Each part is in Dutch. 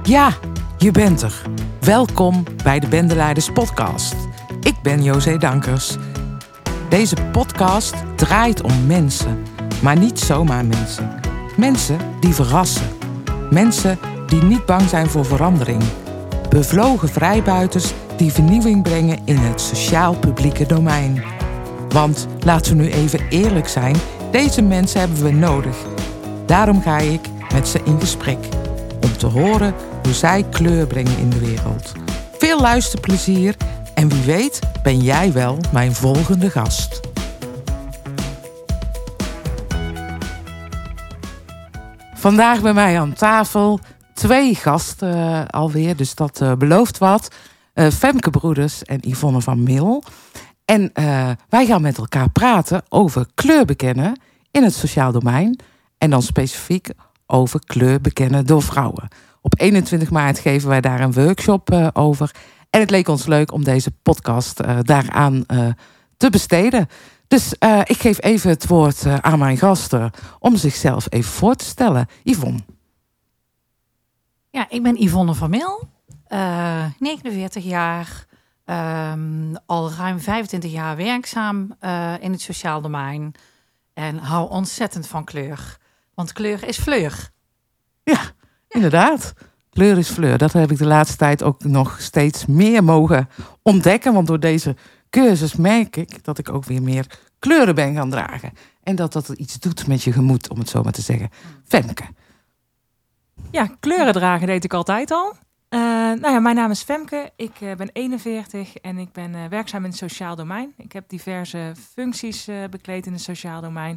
Ja, je bent er. Welkom bij de Bendeleiders podcast. Ik ben José Dankers. Deze podcast draait om mensen, maar niet zomaar mensen. Mensen die verrassen. Mensen die niet bang zijn voor verandering. Bevlogen vrijbuiters die vernieuwing brengen in het sociaal-publieke domein. Want laten we nu even eerlijk zijn, deze mensen hebben we nodig. Daarom ga ik met ze in gesprek. Om te horen hoe zij kleur brengen in de wereld. Veel luisterplezier en wie weet ben jij wel mijn volgende gast. Vandaag bij mij aan tafel 2 gasten alweer, dus dat belooft wat. Femke Broeders en Yvonne van Mil. En wij gaan met elkaar praten over kleur bekennen in het sociaal domein. En dan specifiek over kleur bekennen door vrouwen. Op 21 maart geven wij daar een workshop over. En het leek ons leuk om deze podcast daaraan te besteden. Dus ik geef even het woord aan mijn gasten om zichzelf even voor te stellen. Yvonne. Ja, ik ben Yvonne van Mil, 49 jaar, al ruim 25 jaar werkzaam in het sociaal domein. En hou ontzettend van kleur. Want kleur is fleur. Ja, inderdaad. Kleur is fleur. Dat heb ik de laatste tijd ook nog steeds meer mogen ontdekken. Want door deze cursus merk ik dat ik ook weer meer kleuren ben gaan dragen. En dat dat iets doet met je gemoed, om het zo maar te zeggen. Femke. Ja, kleuren dragen deed ik altijd al. Mijn naam is Femke. Ik ben 41 en ik ben werkzaam in het sociaal domein. Ik heb diverse functies bekleed in het sociaal domein.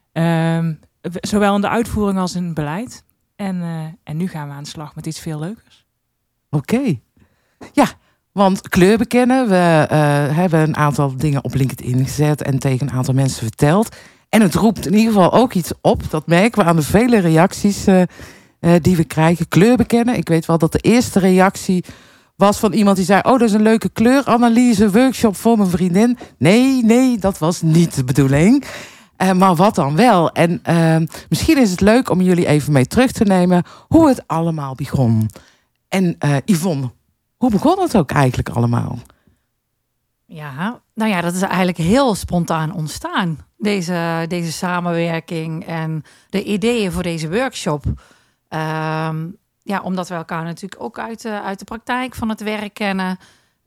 Zowel in de uitvoering als in het beleid. En nu gaan we aan de slag met iets veel leukers. Oké. Ja, want kleur bekennen. We hebben een aantal dingen op LinkedIn gezet en tegen een aantal mensen verteld. En het roept in ieder geval ook iets op. Dat merken we aan de vele reacties die we krijgen. Kleur bekennen. Ik weet wel dat de eerste reactie was van iemand die zei: oh, dat is een leuke kleuranalyse workshop voor mijn vriendin. Nee, dat was niet de bedoeling. Maar wat dan wel? En misschien is het leuk om jullie even mee terug te nemen hoe het allemaal begon. En Yvonne, hoe begon het ook eigenlijk allemaal? Ja, nou ja, dat is eigenlijk heel spontaan ontstaan. Deze samenwerking en de ideeën voor deze workshop. Omdat we elkaar natuurlijk ook uit de praktijk van het werk kennen.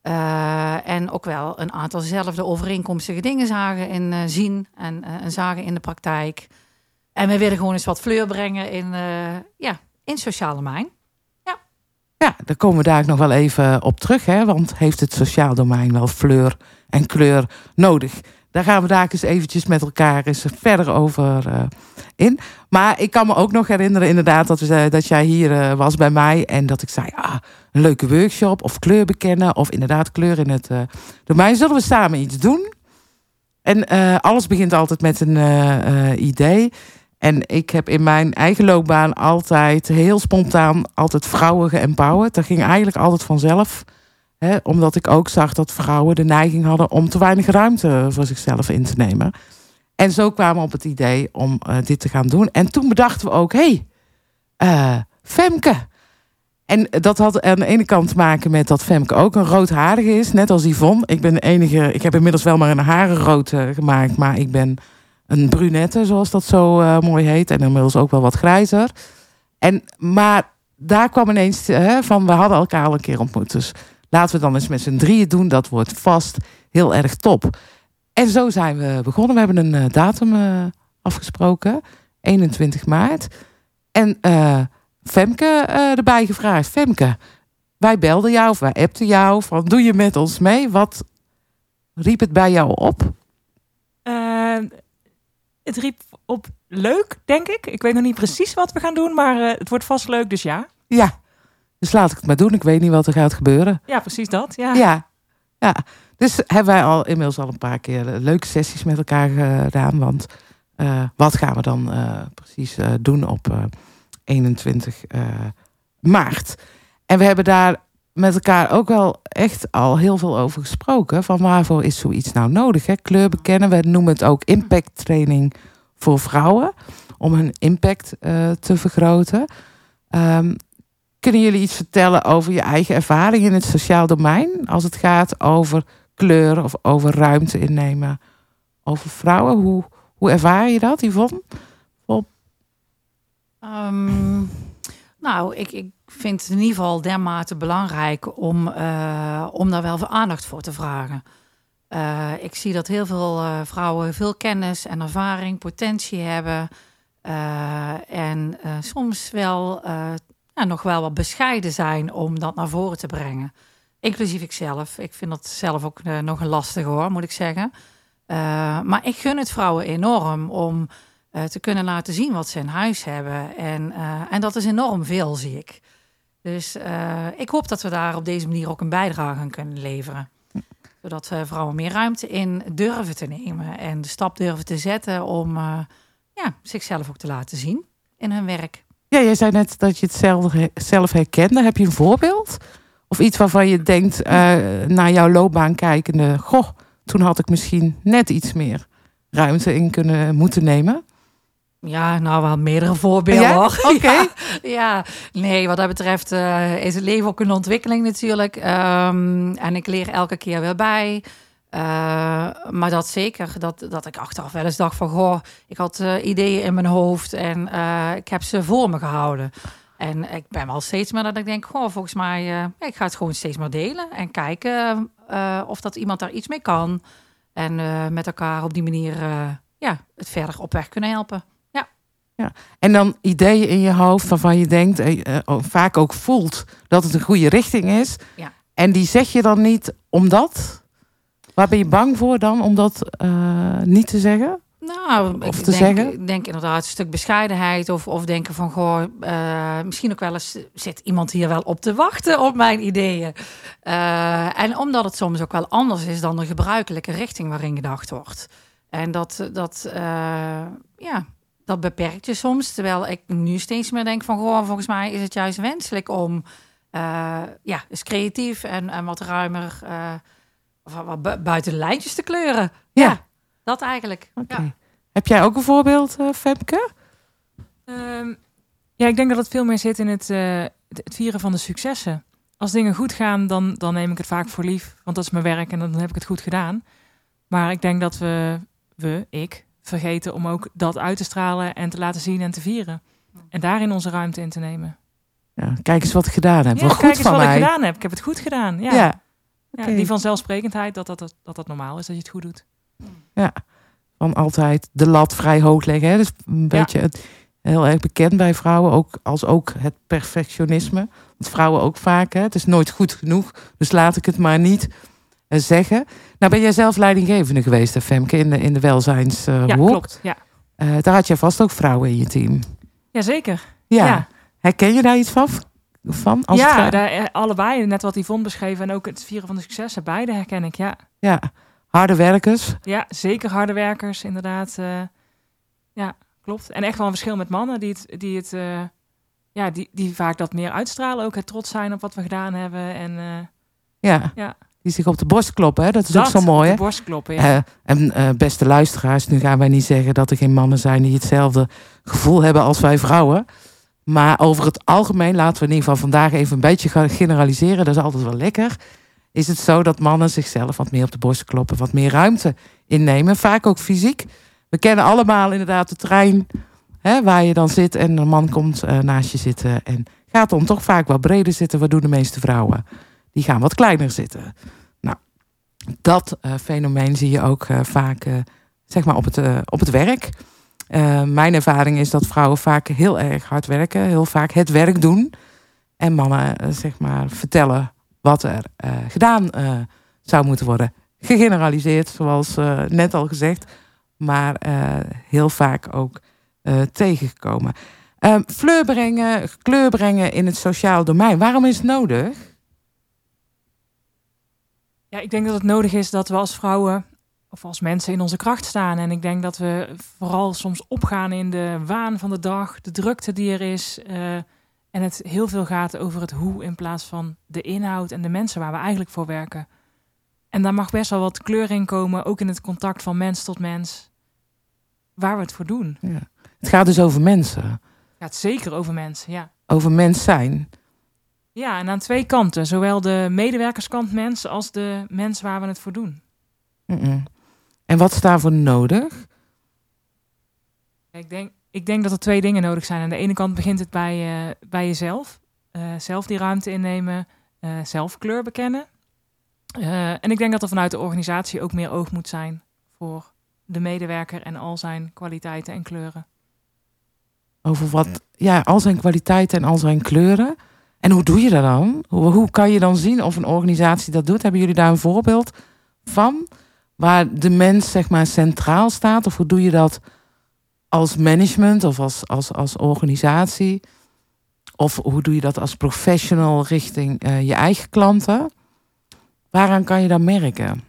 En ook wel een aantal zelfde overeenkomstige dingen zien en zagen in de praktijk. En we willen gewoon eens wat fleur brengen in sociaal domein. Ja, daar komen we daar nog wel even op terug. Hè? Want heeft het sociaal domein wel fleur en kleur nodig? Daar gaan we daar eens eventjes met elkaar eens verder over in. Maar ik kan me ook nog herinneren inderdaad dat jij hier was bij mij. En dat ik zei, een leuke workshop of kleur bekennen. Of inderdaad kleur in het domein. Zullen we samen iets doen? En alles begint altijd met een idee. En ik heb in mijn eigen loopbaan altijd heel spontaan altijd vrouwen geëmpowerd. Dat ging eigenlijk altijd vanzelf. Omdat ik ook zag dat vrouwen de neiging hadden om te weinig ruimte voor zichzelf in te nemen. En zo kwamen we op het idee om dit te gaan doen. En toen bedachten we ook, Femke. En dat had aan de ene kant te maken met dat Femke ook een roodharige is. Net als Yvonne. Ik ben de enige, ik heb inmiddels wel maar een haren rood gemaakt. Maar ik ben een brunette, zoals dat zo mooi heet. En inmiddels ook wel wat grijzer. Maar daar kwam ineens van, we hadden elkaar al een keer ontmoet. Dus laten we dan eens met z'n drieën doen. Dat wordt vast heel erg top. En zo zijn we begonnen. We hebben een datum afgesproken. 21 maart. En Femke erbij gevraagd. Femke, wij belden jou of wij appten jou. Van, doe je met ons mee? Wat riep het bij jou op? Het riep op leuk, denk ik. Ik weet nog niet precies wat we gaan doen. Maar het wordt vast leuk, dus ja. Ja, dus laat ik het maar doen. Ik weet niet wat er gaat gebeuren. Ja, precies dat. Ja. Dus hebben wij inmiddels al een paar keer leuke sessies met elkaar gedaan. Want wat gaan we dan precies doen op 21 maart? En we hebben daar met elkaar ook wel echt al heel veel over gesproken. Van waarvoor is zoiets nou nodig? Hè? Kleur bekennen. We noemen het ook impact training voor vrouwen. Om hun impact te vergroten. Kunnen jullie iets vertellen over je eigen ervaring in het sociaal domein? Als het gaat over kleur of over ruimte innemen over vrouwen. Hoe ervaar je dat, Yvonne? Nou, ik vind het in ieder geval dermate belangrijk om daar wel veel aandacht voor te vragen. Ik zie dat heel veel vrouwen veel kennis en ervaring, potentie hebben. En soms wel nog wel wat bescheiden zijn om dat naar voren te brengen. Inclusief ikzelf. Ik vind dat zelf ook nog een lastige hoor, moet ik zeggen. Maar ik gun het vrouwen enorm om te kunnen laten zien wat ze in huis hebben. En dat is enorm veel, zie ik. Dus ik hoop dat we daar op deze manier ook een bijdrage aan kunnen leveren. Zodat vrouwen meer ruimte in durven te nemen. En de stap durven te zetten om zichzelf ook te laten zien in hun werk. Ja, jij zei net dat je het zelf herkende. Heb je een voorbeeld? Of iets waarvan je denkt, naar jouw loopbaan kijkende... Goh, toen had ik misschien net iets meer ruimte in moeten nemen. Ja, nou wel meerdere voorbeelden hoor. Oké. Ja, nee, wat dat betreft is het leven ook een ontwikkeling natuurlijk. En ik leer elke keer weer bij. Maar dat zeker, dat ik achteraf wel eens dacht van... Goh, ik had ideeën in mijn hoofd en ik heb ze voor me gehouden. En ik ben wel steeds meer dat ik denk... Goh, volgens mij, ik ga het gewoon steeds maar delen. En kijken of dat iemand daar iets mee kan. En met elkaar op die manier het verder op weg kunnen helpen. Ja. En dan ideeën in je hoofd waarvan je denkt, vaak ook voelt dat het een goede richting is. Ja. En die zeg je dan niet omdat? Waar ben je bang voor dan om dat niet te zeggen? Nou, ik denk inderdaad een stuk bescheidenheid of denken van, goh, misschien ook wel eens zit iemand hier wel op te wachten op mijn ideeën. En omdat het soms ook wel anders is dan de gebruikelijke richting waarin gedacht wordt. En dat beperkt je soms. Terwijl ik nu steeds meer denk van... Goh, volgens mij is het juist wenselijk om... eens creatief en wat ruimer... wat buiten de lijntjes te kleuren. Ja dat eigenlijk. Okay. Ja. Heb jij ook een voorbeeld, Femke? Ik denk dat het veel meer zit in het vieren van de successen. Als dingen goed gaan, dan neem ik het vaak voor lief. Want dat is mijn werk en dan heb ik het goed gedaan. Maar ik denk dat ik... vergeten om ook dat uit te stralen en te laten zien en te vieren. En daarin onze ruimte in te nemen. Ja, kijk eens wat ik gedaan heb. Ja, goed kijk eens van wat mij. ik gedaan heb. Ik heb het goed gedaan. Ja. Okay. Die vanzelfsprekendheid dat normaal is dat je het goed doet. Ja, van altijd de lat vrij hoog leggen. Hè? Dus een beetje heel erg bekend bij vrouwen. Ook het perfectionisme. Want vrouwen ook vaak. Hè? Het is nooit goed genoeg. Dus laat ik het maar niet zeggen. Nou, ben jij zelf leidinggevende geweest, hè, Femke, in de welzijnshoek? Ja, klopt. Ja. Daar had jij vast ook vrouwen in je team. Jazeker. Ja. Herken je daar iets van? Allebei. Net wat Yvonne beschreef. En ook het vieren van de successen. Beide herken ik, Ja, harde werkers. Ja, zeker harde werkers, inderdaad. Klopt. En echt wel een verschil met mannen die vaak dat meer uitstralen. Ook het trots zijn op wat we gedaan hebben. En die zich op de borst kloppen, hè? Dat is ook zo mooi, hè? Op de borst kloppen, ja. En beste luisteraars, nu gaan wij niet zeggen dat er geen mannen zijn die hetzelfde gevoel hebben als wij vrouwen. Maar over het algemeen, laten we in ieder geval vandaag even een beetje gaan generaliseren. Dat is altijd wel lekker. Is het zo dat mannen zichzelf wat meer op de borst kloppen, wat meer ruimte innemen. Vaak ook fysiek. We kennen allemaal inderdaad de trein, hè, waar je dan zit en een man komt naast je zitten en gaat dan toch vaak wat breder zitten. Wat doen de meeste vrouwen? Die gaan wat kleiner zitten. Nou, dat fenomeen zie je ook vaak zeg maar op het werk. Mijn ervaring is dat vrouwen vaak heel erg hard werken. Heel vaak het werk doen. En mannen zeg maar vertellen wat er gedaan zou moeten worden. Gegeneraliseerd, zoals net al gezegd. Maar heel vaak ook tegengekomen. Kleur brengen in het sociaal domein. Waarom is het nodig? Ja, ik denk dat het nodig is dat we als vrouwen of als mensen in onze kracht staan. En ik denk dat we vooral soms opgaan in de waan van de dag, de drukte die er is. En het heel veel gaat over het hoe in plaats van de inhoud en de mensen waar we eigenlijk voor werken. En daar mag best wel wat kleur in komen, ook in het contact van mens tot mens, waar we het voor doen. Ja. Het gaat dus over mensen. Het gaat zeker over mensen, ja. Over mens zijn. Ja, en aan twee kanten. Zowel de medewerkerskant mens als de mens waar we het voor doen. Mm-mm. En wat is daarvoor nodig? Ik denk dat er twee dingen nodig zijn. Aan de ene kant begint het bij jezelf. Zelf die ruimte innemen, zelf kleur bekennen. En ik denk dat er vanuit de organisatie ook meer oog moet zijn voor de medewerker en al zijn kwaliteiten en kleuren. Over al zijn kwaliteiten en al zijn kleuren. En hoe doe je dat dan? Hoe kan je dan zien of een organisatie dat doet? Hebben jullie daar een voorbeeld van? Waar de mens zeg maar centraal staat? Of hoe doe je dat als management of als organisatie? Of hoe doe je dat als professional richting je eigen klanten? Waaraan kan je dat merken?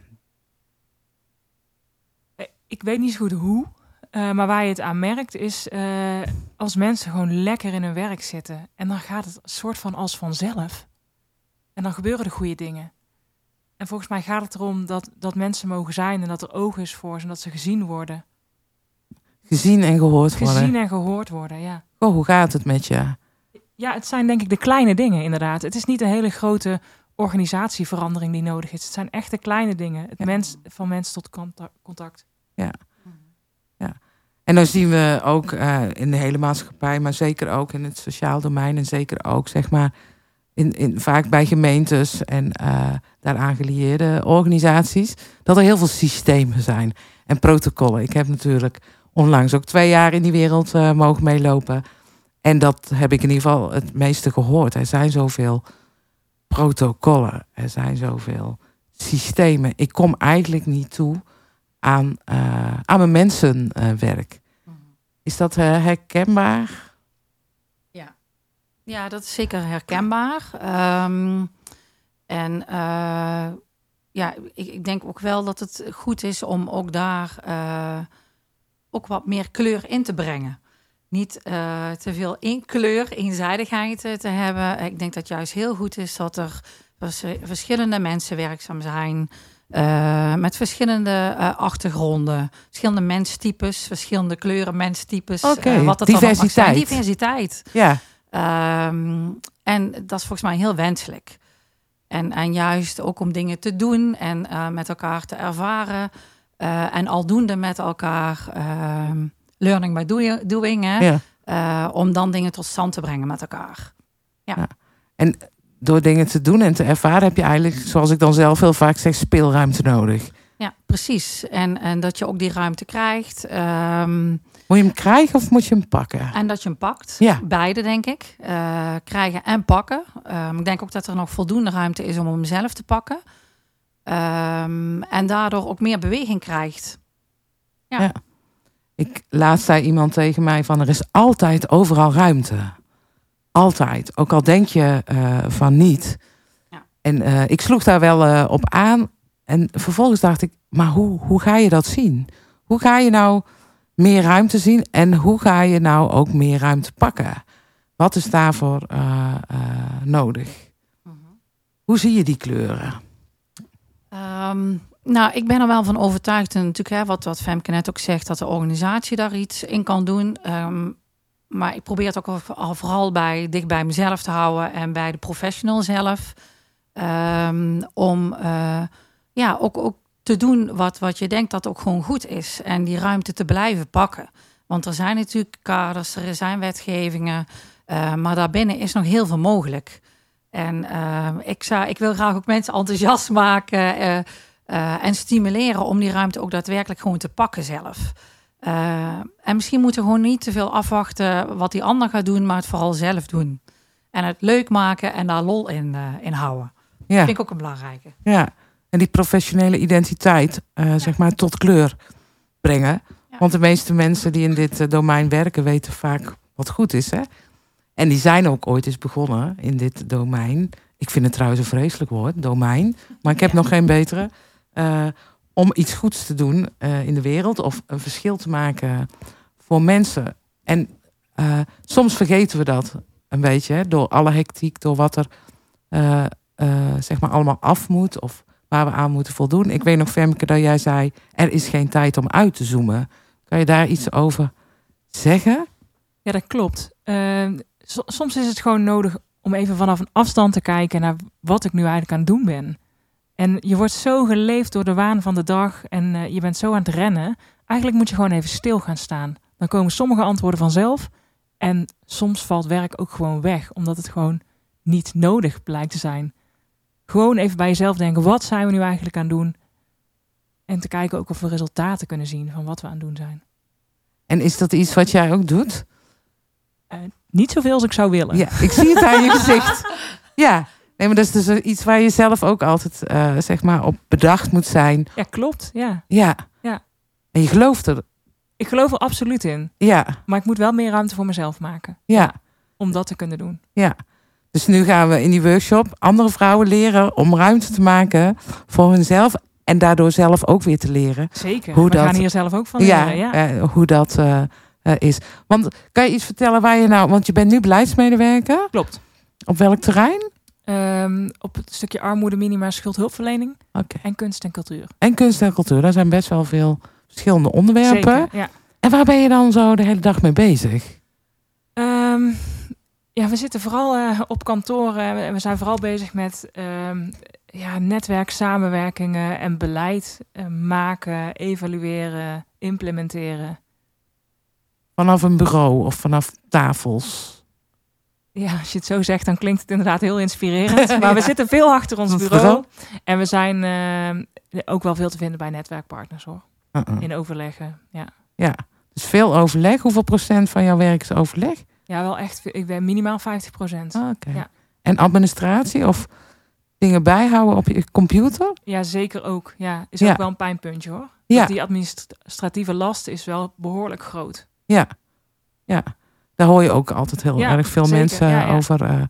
Ik weet niet zo goed hoe. Maar waar je het aan merkt is als mensen gewoon lekker in hun werk zitten. En dan gaat het soort van als vanzelf. En dan gebeuren de goede dingen. En volgens mij gaat het erom dat mensen mogen zijn en dat er oog is voor ze en dat ze gezien worden. Gezien en gehoord worden. Gezien en gehoord worden, ja. Oh, hoe gaat het met je? Ja, het zijn denk ik de kleine dingen inderdaad. Het is niet een hele grote organisatieverandering die nodig is. Het zijn echt de kleine dingen. Van mens tot contact. Ja. En dan zien we ook in de hele maatschappij, maar zeker ook in het sociaal domein en zeker ook zeg maar vaak bij gemeentes en daaraan gelieerde organisaties, dat er heel veel systemen zijn en protocollen. Ik heb natuurlijk onlangs ook 2 jaar in die wereld mogen meelopen. En dat heb ik in ieder geval het meeste gehoord. Er zijn zoveel protocollen, er zijn zoveel systemen. Ik kom eigenlijk niet toe aan mijn mensenwerk. Is dat herkenbaar? Ja, dat is zeker herkenbaar. Ik denk ook wel dat het goed is om ook daar ook wat meer kleur in te brengen. Niet te veel eenzijdigheid te hebben. Ik denk dat het juist heel goed is dat er verschillende mensen werkzaam zijn. Met verschillende achtergronden, verschillende menstypes, verschillende kleuren menstypes. Wat dat diversiteit. Diversiteit. Ja. En dat is volgens mij heel wenselijk. En juist ook om dingen te doen en met elkaar te ervaren. En aldoende met elkaar learning by doing. Hè? Ja. Om dan dingen tot stand te brengen met elkaar. Ja. En door dingen te doen en te ervaren heb je eigenlijk, zoals ik dan zelf heel vaak zeg, speelruimte nodig. Ja, precies. En dat je ook die ruimte krijgt. Moet je hem krijgen of moet je hem pakken? En dat je hem pakt. Ja. Beide, denk ik. Krijgen en pakken. Ik denk ook dat er nog voldoende ruimte is om hem zelf te pakken. En daardoor ook meer beweging krijgt. Ja. Laatst zei iemand tegen mij van er is altijd overal ruimte. Altijd. Ook al denk je van niet. Ja. En ik sloeg daar wel op aan. En vervolgens dacht ik, maar hoe ga je dat zien? Hoe ga je nou meer ruimte zien? En hoe ga je nou ook meer ruimte pakken? Wat is daarvoor nodig? Hoe zie je die kleuren? Ik ben er wel van overtuigd. En natuurlijk, wat Femke net ook zegt, dat de organisatie daar iets in kan doen. Maar ik probeer het ook vooral dicht bij mezelf te houden en bij de professional zelf. Om ook te doen wat je denkt dat ook gewoon goed is. En die ruimte te blijven pakken. Want er zijn natuurlijk kaders, er zijn wetgevingen. Maar daarbinnen is nog heel veel mogelijk. En ik wil graag ook mensen enthousiast maken en stimuleren om die ruimte ook daadwerkelijk gewoon te pakken zelf. En misschien moeten we gewoon niet te veel afwachten wat die ander gaat doen, maar het vooral zelf doen. En het leuk maken en daar lol in houden. Ja. Dat vind ik ook een belangrijke. Ja, en die professionele identiteit zeg maar tot kleur brengen. Ja. Want de meeste mensen die in dit domein werken weten vaak wat goed is, hè? En die zijn ook ooit eens begonnen in dit domein. Ik vind het trouwens een vreselijk woord, domein. Maar ik heb nog geen betere. Om iets goeds te doen in de wereld. Of een verschil te maken voor mensen. En soms vergeten we dat een beetje. Hè, door alle hectiek, door wat er zeg maar allemaal af moet. Of waar we aan moeten voldoen. Ik weet nog, Femke, dat jij zei, er is geen tijd om uit te zoomen. Kan je daar iets over zeggen? Ja, dat klopt. Soms is het gewoon nodig om even vanaf een afstand te kijken naar wat ik nu eigenlijk aan het doen ben. En je wordt zo geleefd door de waan van de dag en je bent zo aan het rennen. Eigenlijk moet je gewoon even stil gaan staan. Dan komen sommige antwoorden vanzelf en soms valt werk ook gewoon weg, omdat het gewoon niet nodig blijkt te zijn. Gewoon even bij jezelf denken, wat zijn we nu eigenlijk aan het doen? En te kijken ook of we resultaten kunnen zien van wat we aan het doen zijn. En is dat iets wat jij ook doet? Niet zoveel als ik zou willen. Ja, ik zie het aan je gezicht. Ja, nee, maar dat is dus iets waar je zelf ook altijd zeg maar op bedacht moet zijn. Ja, klopt. Ja. Ja. Ja. En je gelooft er. Ik geloof er absoluut in. Ja. Maar ik moet wel meer ruimte voor mezelf maken. Ja. Om dat te kunnen doen. Ja. Dus nu gaan we in die workshop andere vrouwen leren om ruimte te maken voor hunzelf. En daardoor zelf ook weer te leren. Zeker. Hoe we dat, gaan hier zelf ook van leren. Ja. Hoe dat is. Want kan je iets vertellen waar je nou... Want je bent nu beleidsmedewerker. Klopt. Op welk terrein? Op het stukje armoede, minima, schuldhulpverlening. Okay. En kunst en cultuur. En kunst en cultuur. Daar zijn best wel veel verschillende onderwerpen. Zeker, ja. En waar ben je dan zo de hele dag mee bezig? Ja, we zitten vooral op kantoor. We zijn vooral bezig met netwerk, samenwerkingen en beleid maken, evalueren, implementeren. Vanaf een bureau of vanaf tafels? Ja, als je het zo zegt, dan klinkt het inderdaad heel inspirerend. Maar we zitten veel achter ons bureau. En we zijn ook wel veel te vinden bij netwerkpartners, hoor. In overleggen, ja. Ja, dus veel overleg. Hoeveel procent van jouw werk is overleg? Ja, wel echt. Ik ben minimaal 50%. Okay. Ja. En administratie of dingen bijhouden op je computer? Ja, zeker ook. Ja, is ook wel een pijnpuntje, hoor. Ja. Want die administratieve last is wel behoorlijk groot. Ja, ja. Daar hoor je ook altijd heel erg veel zeker. mensen over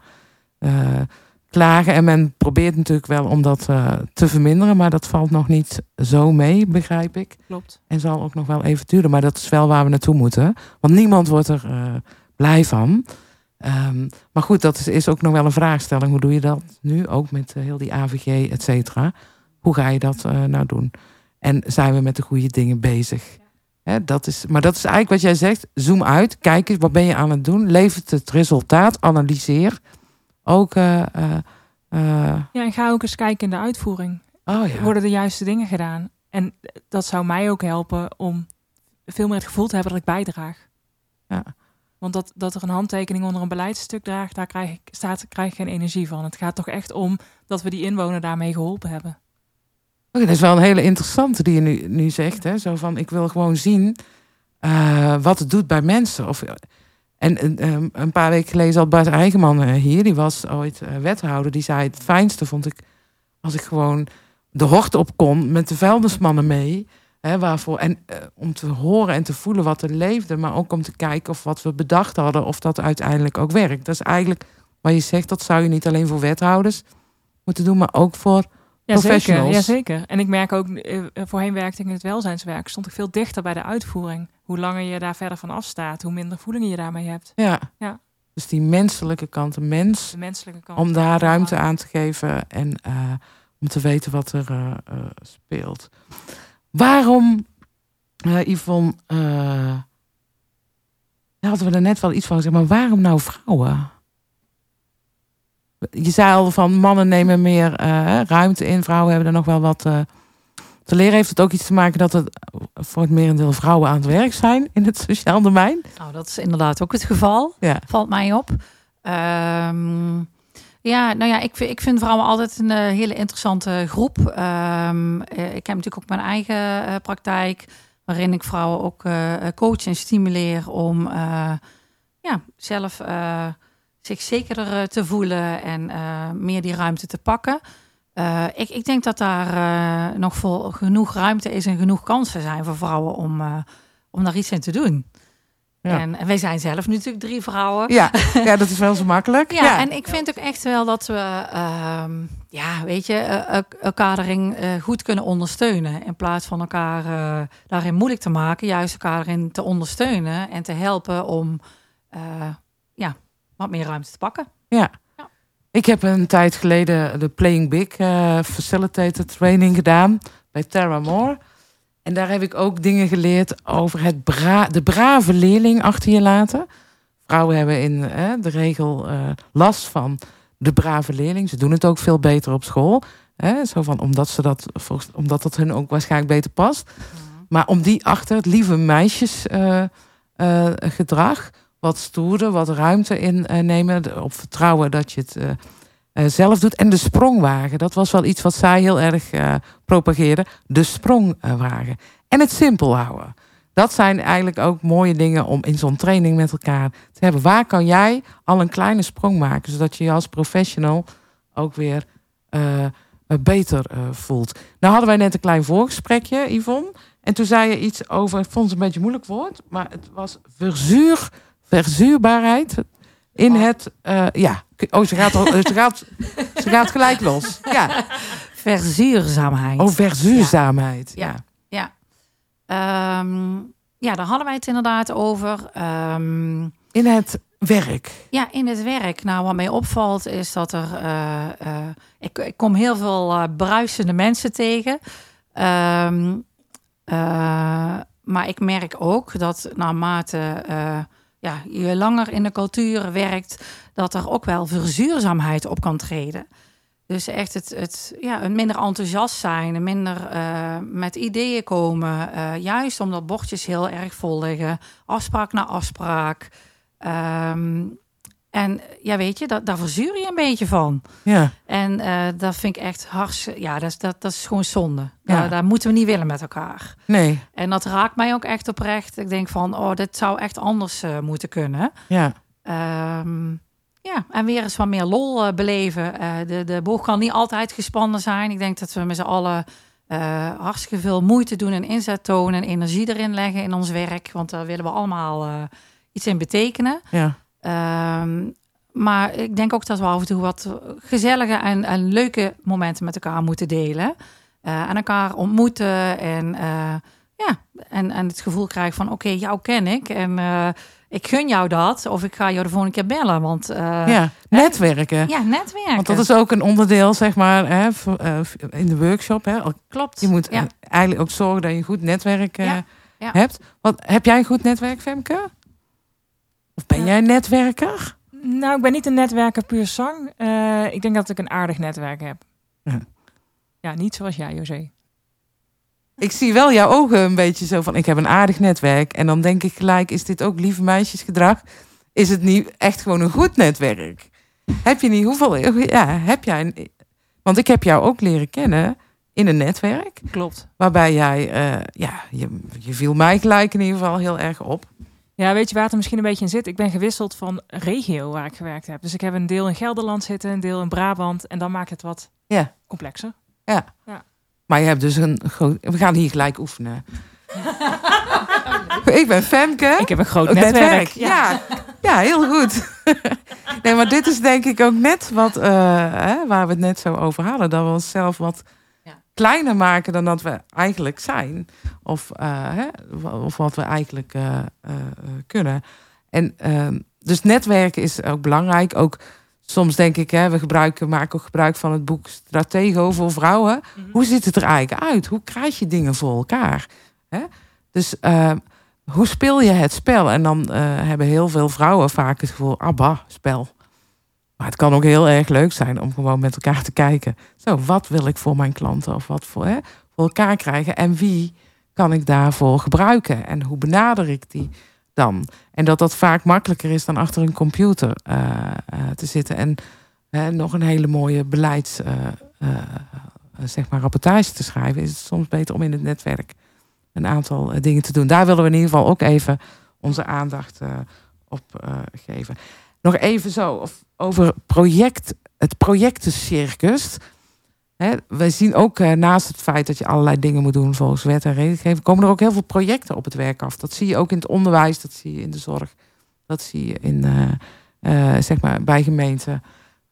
klagen. En men probeert natuurlijk wel om dat te verminderen. Maar dat valt nog niet zo mee, begrijp ik. Klopt. En zal ook nog wel even duren. Maar dat is wel waar we naartoe moeten. Want niemand wordt er blij van. Maar goed, dat is ook nog wel een vraagstelling. Hoe doe je dat nu? Ook met heel die AVG, et cetera. Hoe ga je dat nou doen? En zijn we met de goede dingen bezig? Hè, maar dat is eigenlijk wat jij zegt. Zoom uit. Kijk eens, wat ben je aan het doen? Levert het resultaat? Analyseer. Ook... Ja, en ga ook eens kijken in de uitvoering. Worden de juiste dingen gedaan? En dat zou mij ook helpen om veel meer het gevoel te hebben dat ik bijdraag. Ja. Want dat er een handtekening onder een beleidsstuk draagt, daar krijg ik geen energie van. Het gaat toch echt om dat we die inwoner daarmee geholpen hebben. Dat is wel een hele interessante die je nu zegt. Hè? Zo van, ik wil gewoon zien wat het doet bij mensen. Een paar weken geleden zat Bart Eigenman hier. Die was ooit wethouder. Die zei, het fijnste vond ik als ik gewoon de hort op kon met de vuilnismannen mee. Hè, waarvoor, en om te horen en te voelen wat er leefde. Maar ook om te kijken of wat we bedacht hadden, of dat uiteindelijk ook werkt. Dat is eigenlijk wat je zegt, dat zou je niet alleen voor wethouders moeten doen, maar ook voor professionals. Jazeker. En ik merk ook, voorheen werkte ik in het welzijnswerk, stond ik veel dichter bij de uitvoering. Hoe langer je daar verder van afstaat, hoe minder voelingen je daarmee hebt. Ja. Ja. Dus die menselijke kant, de menselijke kant, om daar ruimte aan te geven en om te weten wat er speelt. Waarom, Yvonne, hadden we er net wel iets van gezegd, maar waarom nou vrouwen? Je zei al van mannen nemen meer ruimte in, vrouwen hebben er nog wel wat te leren. Heeft het ook iets te maken dat het voor het merendeel vrouwen aan het werk zijn in het sociaal domein? Nou, dat is inderdaad ook het geval. Ja. Valt mij op. Ik vind vrouwen altijd een hele interessante groep. Ik heb natuurlijk ook mijn eigen praktijk, waarin ik vrouwen ook coach en stimuleer om zelf zich zekerder te voelen en meer die ruimte te pakken. Ik denk dat daar nog genoeg ruimte is en genoeg kansen zijn voor vrouwen om daar iets in te doen. Ja. En wij zijn zelf natuurlijk 3 vrouwen. Ja, dat is wel zo makkelijk. Ja, en ik vind ook echt wel dat we elkaar daarin goed kunnen ondersteunen. In plaats van elkaar daarin moeilijk te maken. Juist elkaar daarin te ondersteunen en te helpen om wat meer ruimte te pakken. Ja. Ik heb een tijd geleden de Playing Big Facilitator Training gedaan bij Tara Moore. En daar heb ik ook dingen geleerd over de brave leerling achter je laten. vrouwen hebben in de regel last van de brave leerling. Ze doen het ook veel beter op school. Zo van, omdat dat hun ook waarschijnlijk beter past. Maar om die achter het lieve meisjesgedrag, wat stoerder, wat ruimte innemen, op vertrouwen dat je het zelf doet. En de sprongwagen, dat was wel iets wat zij heel erg propageerde. De sprongwagen. En het simpel houden. Dat zijn eigenlijk ook mooie dingen om in zo'n training met elkaar te hebben. Waar kan jij al een kleine sprong maken, zodat je je als professional ook weer beter voelt. Nou hadden wij net een klein voorgesprekje, Yvonne. En toen zei je iets over, ik vond het een beetje een moeilijk woord, maar het was verzuurbaarheid in het... ze gaat gelijk los. Ja. Verzuurzaamheid. Oh, verzuurzaamheid. Ja. Daar hadden wij het inderdaad over. In het werk. Ja, in het werk. Nou, wat mij opvalt is dat er... ik kom heel veel bruisende mensen tegen. Maar ik merk ook dat naarmate je langer in de cultuur werkt, dat er ook wel verzuurzaamheid op kan treden. Dus echt het minder enthousiast zijn, minder met ideeën komen. Juist omdat bordjes heel erg vol liggen. Afspraak na afspraak. En ja, weet je, daar verzuur je een beetje van. Ja. En dat vind ik echt dat is gewoon zonde. Ja. Daar moeten we niet willen met elkaar. Nee. En dat raakt mij ook echt oprecht. Ik denk van, dit zou echt anders moeten kunnen. Ja. En weer eens wat meer lol beleven. De boog kan niet altijd gespannen zijn. Ik denk dat we met z'n allen hartstikke veel moeite doen en inzet tonen en energie erin leggen in ons werk. Want daar willen we allemaal iets in betekenen. Ja. Maar ik denk ook dat we af en toe wat gezellige en leuke momenten met elkaar moeten delen. En elkaar ontmoeten en het gevoel krijgen van oké, jou ken ik en ik gun jou dat. Of ik ga jou de volgende keer bellen. Want, netwerken. Ja, netwerken. Want dat is ook een onderdeel, zeg maar, in de workshop. Hè. Klopt. Je moet eigenlijk ook zorgen dat je een goed netwerk hebt. Heb jij een goed netwerk, Femke? Of ben jij een netwerker? Nou, ik ben niet een netwerker puur zang. Ik denk dat ik een aardig netwerk heb. Ja, niet zoals jij, José. Ik zie wel jouw ogen een beetje zo van, ik heb een aardig netwerk. En dan denk ik gelijk, is dit ook lieve meisjesgedrag? Is het niet echt gewoon een goed netwerk? Heb je niet hoeveel... Ja, heb jij... Want ik heb jou ook leren kennen in een netwerk. Klopt. Waarbij jij... je viel mij gelijk in ieder geval heel erg op. Ja, weet je waar het er misschien een beetje in zit? Ik ben gewisseld van regio waar ik gewerkt heb. Dus ik heb een deel in Gelderland zitten, een deel in Brabant. En dan maakt het wat complexer. Ja. Maar je hebt dus een groot... We gaan hier gelijk oefenen. Ik ben Femke. Ik heb een groot netwerk. Ja, heel goed. Nee, maar dit is denk ik ook net wat... waar we het net zo over hadden. Dat we onszelf wat kleiner maken dan dat we eigenlijk zijn. Of wat we eigenlijk kunnen. En dus netwerken is ook belangrijk. Ook soms denk ik, we maken ook gebruik van het boek Stratego voor vrouwen. Mm-hmm. Hoe ziet het er eigenlijk uit? Hoe krijg je dingen voor elkaar? Dus hoe speel je het spel? En dan hebben heel veel vrouwen vaak het gevoel, spel. Maar het kan ook heel erg leuk zijn om gewoon met elkaar te kijken. Zo, wat wil ik voor mijn klanten? Of wat voor elkaar krijgen? En wie kan ik daarvoor gebruiken? En hoe benader ik die dan? En dat vaak makkelijker is dan achter een computer te zitten. En nog een hele mooie beleids rapportage te schrijven. Is het soms beter om in het netwerk een aantal dingen te doen. Daar willen we in ieder geval ook even onze aandacht op geven. Nog even zo over het projectencircus. We zien ook naast het feit dat je allerlei dingen moet doen volgens wet en regelgeving, komen er ook heel veel projecten op het werk af. Dat zie je ook in het onderwijs, dat zie je in de zorg, dat zie je in bij gemeenten.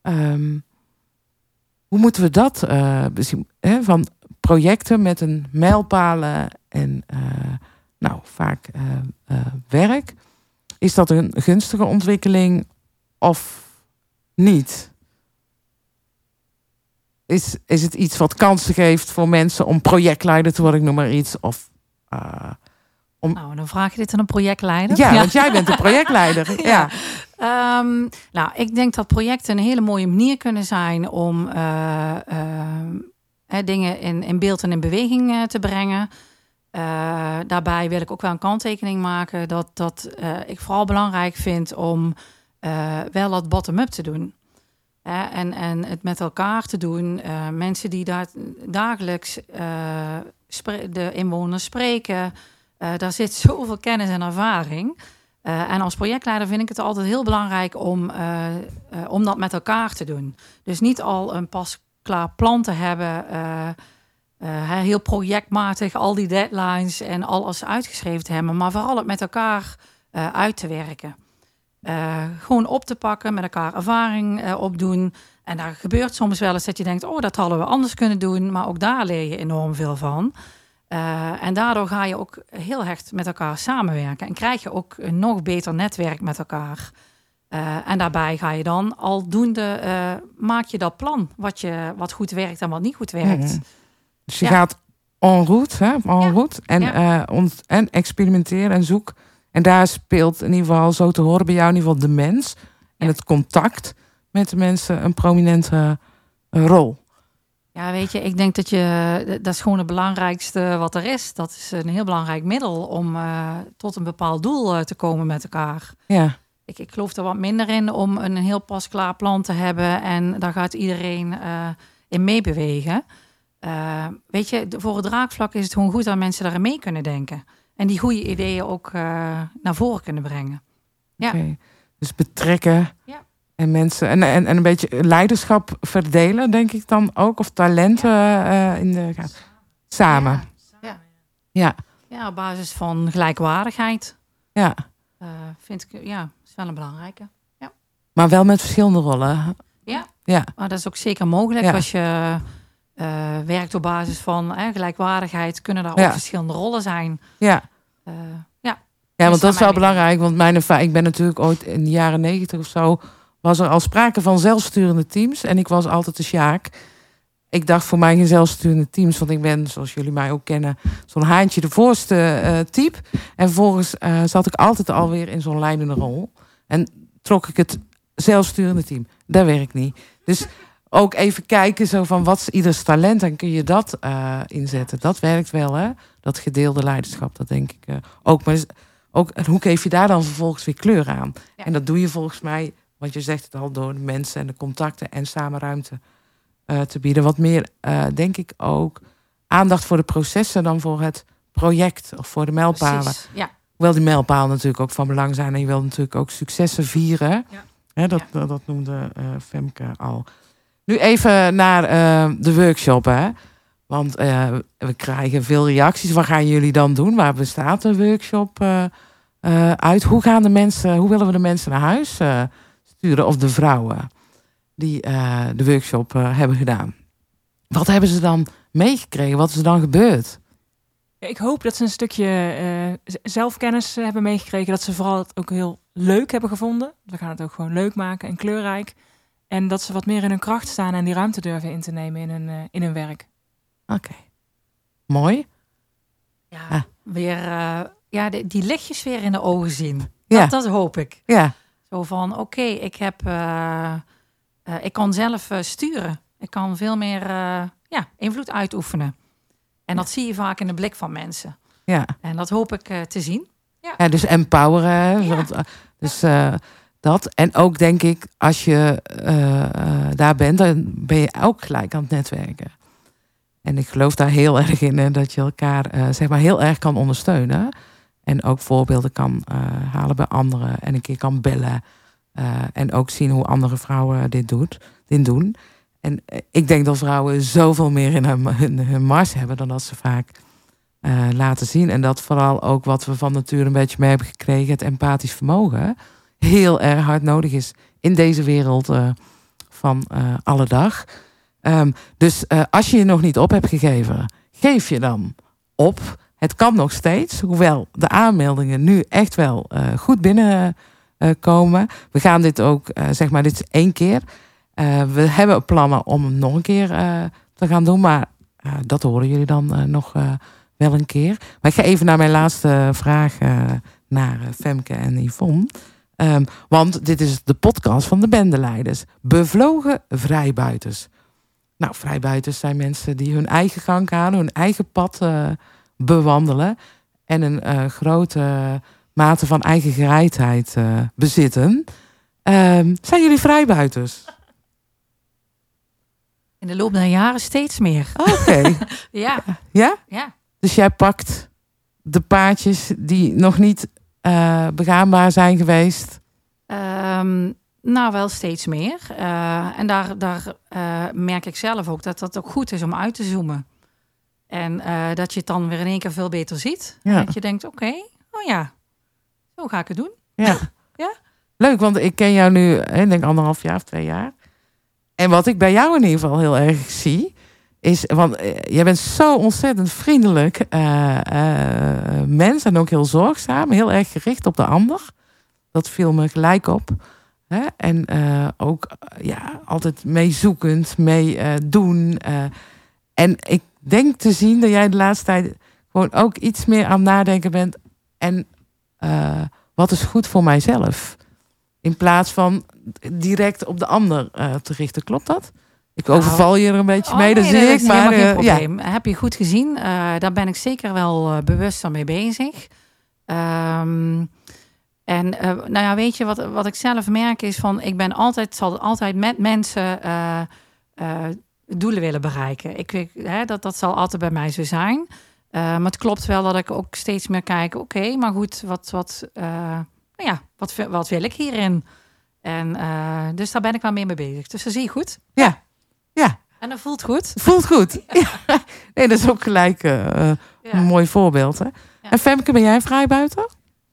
Hoe moeten we dat bezien? Van projecten met een mijlpalen en vaak werk. Is dat een gunstige ontwikkeling of niet? Is het iets wat kansen geeft voor mensen om projectleider te worden, ik noem maar iets? Of Nou, dan vraag je dit aan een projectleider. Ja, want jij bent de projectleider. Ja. Nou, ik denk dat projecten een hele mooie manier kunnen zijn om dingen in beeld en in beweging te brengen. Daarbij wil ik ook wel een kanttekening maken dat ik vooral belangrijk vind om wel dat bottom-up te doen. En het met elkaar te doen. Mensen die daar dagelijks de inwoners spreken. Daar zit zoveel kennis en ervaring. En als projectleider vind ik het altijd heel belangrijk om dat met elkaar te doen. Dus niet al een pasklaar plan te hebben. Heel projectmatig, al die deadlines en alles uitgeschreven te hebben. Maar vooral het met elkaar uit te werken. Gewoon op te pakken, met elkaar ervaring opdoen. En daar gebeurt soms wel eens dat je denkt, dat hadden we anders kunnen doen. Maar ook daar leer je enorm veel van. En daardoor ga je ook heel hecht met elkaar samenwerken. En krijg je ook een nog beter netwerk met elkaar. En daarbij ga je dan aldoende, maak je dat plan. Wat goed werkt en wat niet goed werkt. Mm-hmm. Dus je gaat en route, hè? En route. En experimenteer en zoek. En daar speelt in ieder geval, zo te horen bij jou, in ieder geval de mens. En het contact met de mensen een prominente rol. Ja, weet je, ik denk dat is gewoon het belangrijkste wat er is. Dat is een heel belangrijk middel om tot een bepaald doel te komen met elkaar. Ja. Ik geloof er wat minder in om een heel pasklaar plan te hebben en daar gaat iedereen in meebewegen. Weet je, voor het draagvlak is het gewoon goed dat mensen daarin mee kunnen denken. En die goede ideeën ook naar voren kunnen brengen. Ja. Okay. Dus betrekken. Ja. En mensen en een beetje leiderschap verdelen, denk ik dan ook. Of talenten in de samen. Ja. Ja, op basis van gelijkwaardigheid. Ja. Vind ik, is wel een belangrijke. Ja. Maar wel met verschillende rollen. Ja. Maar dat is ook zeker mogelijk als je werkt op basis van gelijkwaardigheid. Kunnen daar ook verschillende rollen zijn. Ja. Ja, want dat is wel belangrijk. Want ik ben natuurlijk ooit in de jaren 90 of zo, was er al sprake van zelfsturende teams. En ik was altijd de Sjaak. Ik dacht voor mij geen zelfsturende teams. Want ik ben, zoals jullie mij ook kennen, zo'n haantje de voorste type. En vervolgens zat ik altijd alweer in zo'n leidende rol. En trok ik het zelfsturende team. Dat werkt niet. Dus ook even kijken zo van wat is ieders talent. En kun je dat inzetten. Dat werkt wel, hè. Dat gedeelde leiderschap, dat denk ik ook. Maar ook, hoe geef je daar dan vervolgens weer kleur aan? Ja. En dat doe je volgens mij, want je zegt het al, door de mensen en de contacten en samen ruimte te bieden. Wat meer, denk ik ook, aandacht voor de processen dan voor het project of voor de mijlpalen. Precies, ja. Hoewel die mijlpalen natuurlijk ook van belang zijn en je wil natuurlijk ook successen vieren. Ja. Dat noemde Femke al. Nu even naar de workshop, hè. Want we krijgen veel reacties. Wat gaan jullie dan doen? Waar bestaat de workshop uit? Hoe willen we de mensen naar huis sturen? Of de vrouwen die de workshop hebben gedaan? Wat hebben ze dan meegekregen? Wat is er dan gebeurd? Ik hoop dat ze een stukje zelfkennis hebben meegekregen. Dat ze vooral het ook heel leuk hebben gevonden. We gaan het ook gewoon leuk maken en kleurrijk. En dat ze wat meer in hun kracht staan en die ruimte durven in te nemen in hun werk. Oké. Mooi. Ja, weer die lichtjes weer in de ogen zien. Ja. Dat hoop ik. Ja. Zo van, oké, ik kan zelf sturen. Ik kan veel meer invloed uitoefenen. En dat zie je vaak in de blik van mensen. Ja. En dat hoop ik te zien. Ja, dus empoweren. Ja. Dus dat. En ook denk ik, als je daar bent, dan ben je ook gelijk aan het netwerken. En ik geloof daar heel erg in, hè, dat je elkaar heel erg kan ondersteunen. En ook voorbeelden kan halen bij anderen. En een keer kan bellen. En ook zien hoe andere vrouwen dit doen. En ik denk dat vrouwen zoveel meer in hun mars hebben dan dat ze vaak laten zien. En dat vooral ook wat we van nature een beetje mee hebben gekregen, het empathisch vermogen, heel erg hard nodig is in deze wereld van alle dag. Dus als je je nog niet op hebt gegeven, geef je dan op. Het kan nog steeds, hoewel de aanmeldingen nu echt wel goed binnenkomen. We gaan dit ook, dit is 1 keer. We hebben plannen om het nog een keer te gaan doen, maar dat horen jullie dan nog wel een keer. Maar ik ga even naar mijn laatste vraag naar Femke en Yvonne. Want dit is de podcast van de Bendeleiders. Bevlogen vrijbuiters. Nou, vrijbuiters zijn mensen die hun eigen gang gaan, hun eigen pad bewandelen. En een grote mate van eigen gereidheid bezitten. Zijn jullie vrijbuiters? In de loop der jaren steeds meer. Oké. Ja. Ja? Ja. Dus jij pakt de paadjes die nog niet begaanbaar zijn geweest? Nou, wel steeds meer. En daar merk ik zelf ook dat dat ook goed is om uit te zoomen. En dat je het dan weer in één keer veel beter ziet. Ja. En dat je denkt, oké, oh ja, zo ga ik het doen. Ja. Ja. Leuk, want ik ken jou nu, ik denk 1,5 jaar of 2 jaar. En wat ik bij jou in ieder geval heel erg zie, is, want jij bent zo ontzettend vriendelijk mens en ook heel zorgzaam, heel erg gericht op de ander. Dat viel me gelijk op. Hè? En ook altijd meezoekend, mee doen. En ik denk te zien dat jij de laatste tijd gewoon ook iets meer aan het nadenken bent. En wat is goed voor mijzelf? In plaats van direct op de ander te richten. Klopt dat? Ik overval je er een beetje mee, dat zie ik. Dat is Maar geen probleem. Heb je goed gezien. Daar ben ik zeker wel bewust aan mee bezig. Weet je, wat ik zelf merk is van, zal altijd met mensen doelen willen bereiken. Ik weet, dat zal altijd bij mij zo zijn. Maar het klopt wel dat ik ook steeds meer kijk, oké, maar goed, wat wil ik hierin? En dus daar ben ik wel mee bezig. Dus dat zie je goed. Ja. En dat voelt goed. Voelt goed. Ja. Nee, dat is ook gelijk een mooi voorbeeld. Hè? Ja. En Femke, ben jij een vrijbuiter?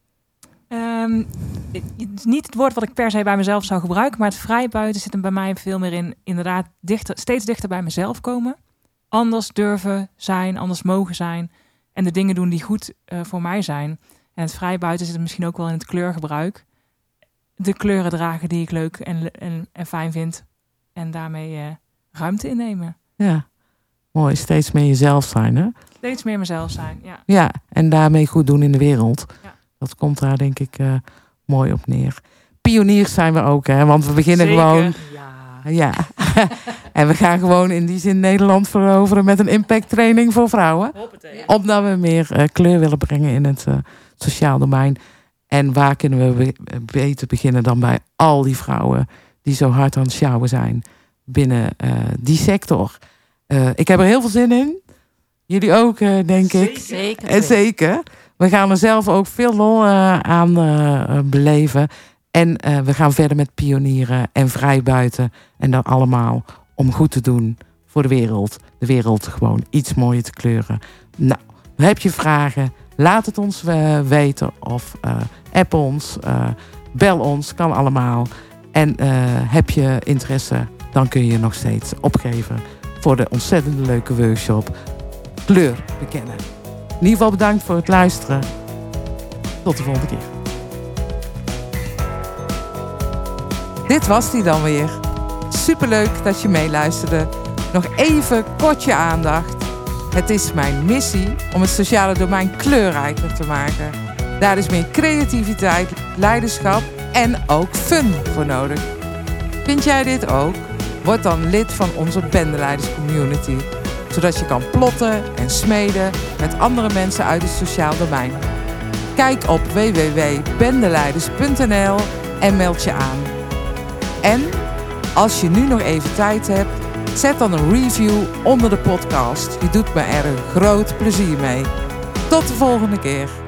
Niet het woord wat ik per se bij mezelf zou gebruiken, maar het vrijbuiten zit er bij mij veel meer in, inderdaad, steeds dichter bij mezelf komen. Anders durven zijn, anders mogen zijn en de dingen doen die goed voor mij zijn. En het vrijbuiten zit er misschien ook wel in het kleurgebruik. De kleuren dragen die ik leuk en fijn vind en daarmee ruimte innemen. Ja, mooi. Steeds meer jezelf zijn, hè? Steeds meer mezelf zijn, ja. Ja, en daarmee goed doen in de wereld. Ja. Dat komt daar denk ik mooi op neer. Pioniers zijn we ook, hè? Want we beginnen Zeker. gewoon... Ja. En we gaan gewoon in die zin Nederland veroveren met een impact training voor vrouwen. Omdat we meer kleur willen brengen in het sociaal domein. En waar kunnen we beter beginnen dan bij al die vrouwen die zo hard aan het sjouwen zijn binnen die sector. Ik heb er heel veel zin in. Jullie ook, denk ik. Zeker. Zeker. We gaan er zelf ook veel lol aan beleven. En we gaan verder met pionieren en vrijbuiten. En dat allemaal om goed te doen voor de wereld. De wereld gewoon iets mooier te kleuren. Nou, heb je vragen? Laat het ons weten. Of app ons. Bel ons. Kan allemaal. En heb je interesse? Dan kun je je nog steeds opgeven voor de ontzettend leuke workshop Kleur bekennen. In ieder geval bedankt voor het luisteren. Tot de volgende keer. Dit was die dan weer. Superleuk dat je meeluisterde. Nog even kort je aandacht. Het is mijn missie om het sociale domein kleurrijker te maken. Daar is meer creativiteit, leiderschap en ook fun voor nodig. Vind jij dit ook? Word dan lid van onze Bendeleiders Community. Zodat je kan plotten en smeden met andere mensen uit het sociaal domein. Kijk op www.bendeleiders.nl en meld je aan. En als je nu nog even tijd hebt, zet dan een review onder de podcast. Je doet me er een groot plezier mee. Tot de volgende keer.